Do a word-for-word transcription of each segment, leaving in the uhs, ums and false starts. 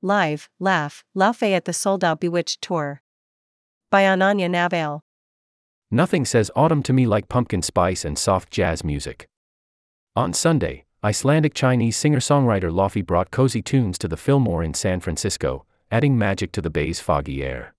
Live, Laugh, Laugh at the sold-out Bewitched tour. By Ananya Navail. Nothing says autumn to me like pumpkin spice and soft jazz music. On Sunday, Icelandic Chinese singer-songwriter Lofi brought cozy tunes to the Fillmore in San Francisco, adding magic to the bay's foggy air.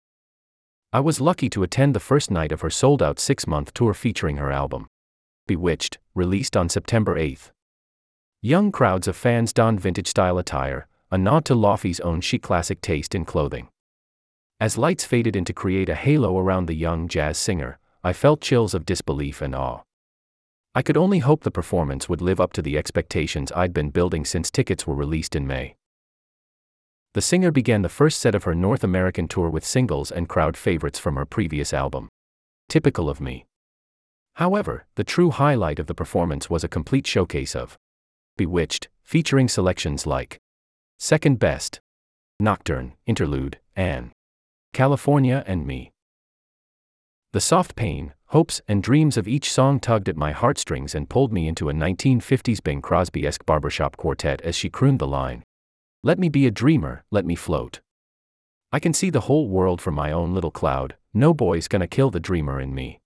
I was lucky to attend the first night of her sold-out six-month tour featuring her album, Bewitched, released on September eighth. Young crowds of fans donned vintage-style attire, a nod to Lofi's own chic classic taste in clothing. As lights faded in to create a halo around the young jazz singer, I felt chills of disbelief and awe. I could only hope the performance would live up to the expectations I'd been building since tickets were released in May. The singer began the first set of her North American tour with singles and crowd favorites from her previous album, Typical of Me. However, the true highlight of the performance was a complete showcase of Bewitched, featuring selections like Second Best, Nocturne, Interlude, and California and Me. The soft pain, hopes, and dreams of each song tugged at my heartstrings and pulled me into a nineteen fifties Bing Crosby-esque barbershop quartet as she crooned the line, "Let me be a dreamer, let me float. I can see the whole world from my own little cloud, no boy's gonna kill the dreamer in me."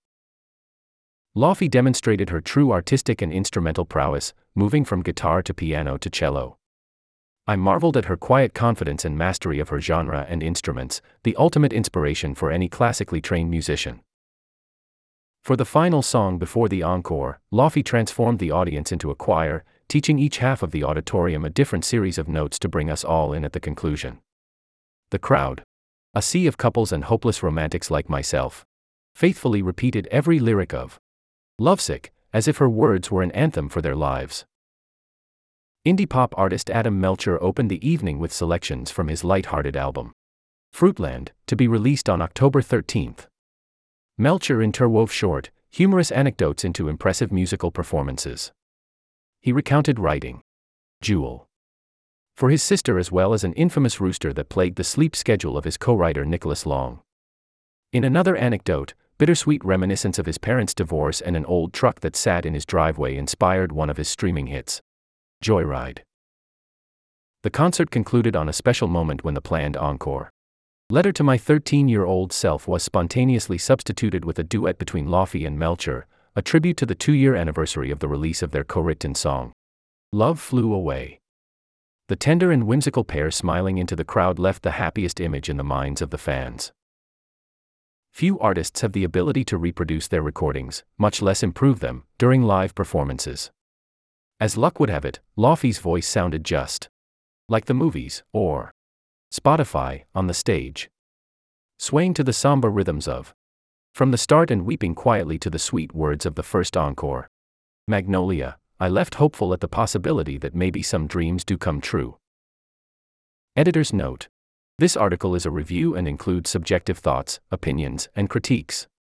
Lofi demonstrated her true artistic and instrumental prowess, moving from guitar to piano to cello. I marveled at her quiet confidence and mastery of her genre and instruments, the ultimate inspiration for any classically trained musician. For the final song before the encore, Lofi transformed the audience into a choir, teaching each half of the auditorium a different series of notes to bring us all in at the conclusion. The crowd, a sea of couples and hopeless romantics like myself, faithfully repeated every lyric of Lovesick, as if her words were an anthem for their lives. Indie pop artist Adam Melcher opened the evening with selections from his light-hearted album, Fruitland, to be released on October thirteenth. Melcher interwove short, humorous anecdotes into impressive musical performances. He recounted writing Jewel for his sister as well as an infamous rooster that plagued the sleep schedule of his co-writer Nicholas Long. In another anecdote, bittersweet reminiscence of his parents' divorce and an old truck that sat in his driveway inspired one of his streaming hits, Joyride. The concert concluded on a special moment when the planned encore, Letter to My thirteen-Year-Old Self, was spontaneously substituted with a duet between Lofi and Melcher, a tribute to the two-year anniversary of the release of their co-written song, Love Flew Away. The tender and whimsical pair smiling into the crowd left the happiest image in the minds of the fans. Few artists have the ability to reproduce their recordings, much less improve them, during live performances. As luck would have it, Lofi's voice sounded just like the movies, or Spotify, on the stage. Swaying to the samba rhythms of From the Start and weeping quietly to the sweet words of the first encore, Magnolia, I left hopeful at the possibility that maybe some dreams do come true. Editor's note: this article is a review and includes subjective thoughts, opinions, and critiques.